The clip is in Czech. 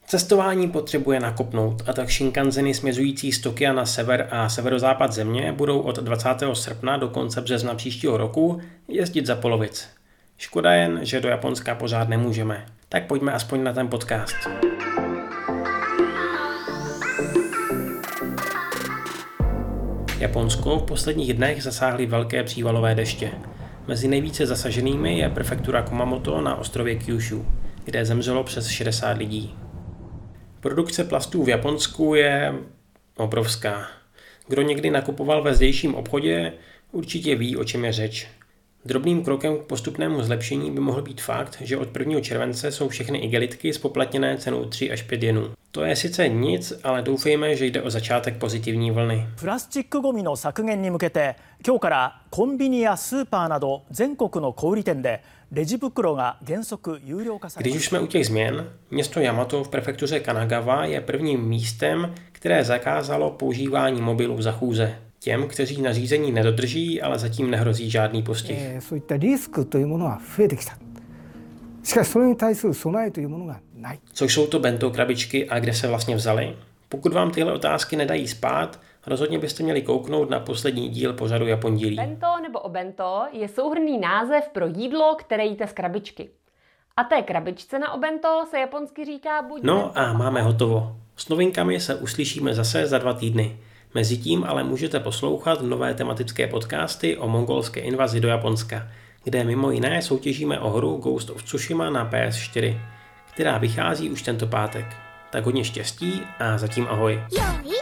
Cestování potřebuje nakopnout, a tak Shinkanzeny směřující z Tokia na sever a severozápad země budou od 20. srpna do konce března příštího roku jezdit za polovic. Škoda jen, že do Japonska pořád nemůžeme. Tak pojďme aspoň na ten podcast. Japonsko v posledních dnech zasáhly velké přívalové deště. Mezi nejvíce zasaženými je prefektura Kumamoto na ostrově Kyushu, kde zemřelo přes 60 lidí. Produkce plastů v Japonsku je obrovská. Kdo někdy nakupoval ve zdejším obchodě, určitě ví, o čem je řeč. Drobným krokem k postupnému zlepšení by mohl být fakt, že od 1. července jsou všechny igelitky spoplatněné cenou 3 až 5 jenů. To je sice nic, ale doufejme, že jde o začátek pozitivní vlny. プラスチックごみの削減に向けて今日からコンビニやスーパーなど全国の小売店でレジ袋が原則有料化されます。 Když už jsme u těch změn, město Yamato v prefektuře Kanagawa je prvním místem, které zakázalo používání mobilů za chůze. Těm, kteří nařízení nedodrží, ale zatím nehrozí žádný postih. そういったリスクというものは増えてきた。しかしそれに対する備えというものがない。 Co jsou to bento krabičky a kde se vlastně vzaly? Pokud vám tyhle otázky nedají spát, rozhodně byste měli kouknout na poslední díl pořadu Japondílí. Bento nebo obento je souhrnný název pro jídlo, které jíte z krabičky. A té krabičce na obento se japonsky říká buď... No a máme hotovo. S novinkami se uslyšíme zase za 2 týdny. Mezitím ale můžete poslouchat nové tematické podcasty o mongolské invazi do Japonska, kde mimo jiné soutěžíme o hru Ghost of Tsushima na PS4, která vychází už tento pátek. Tak hodně štěstí a zatím ahoj.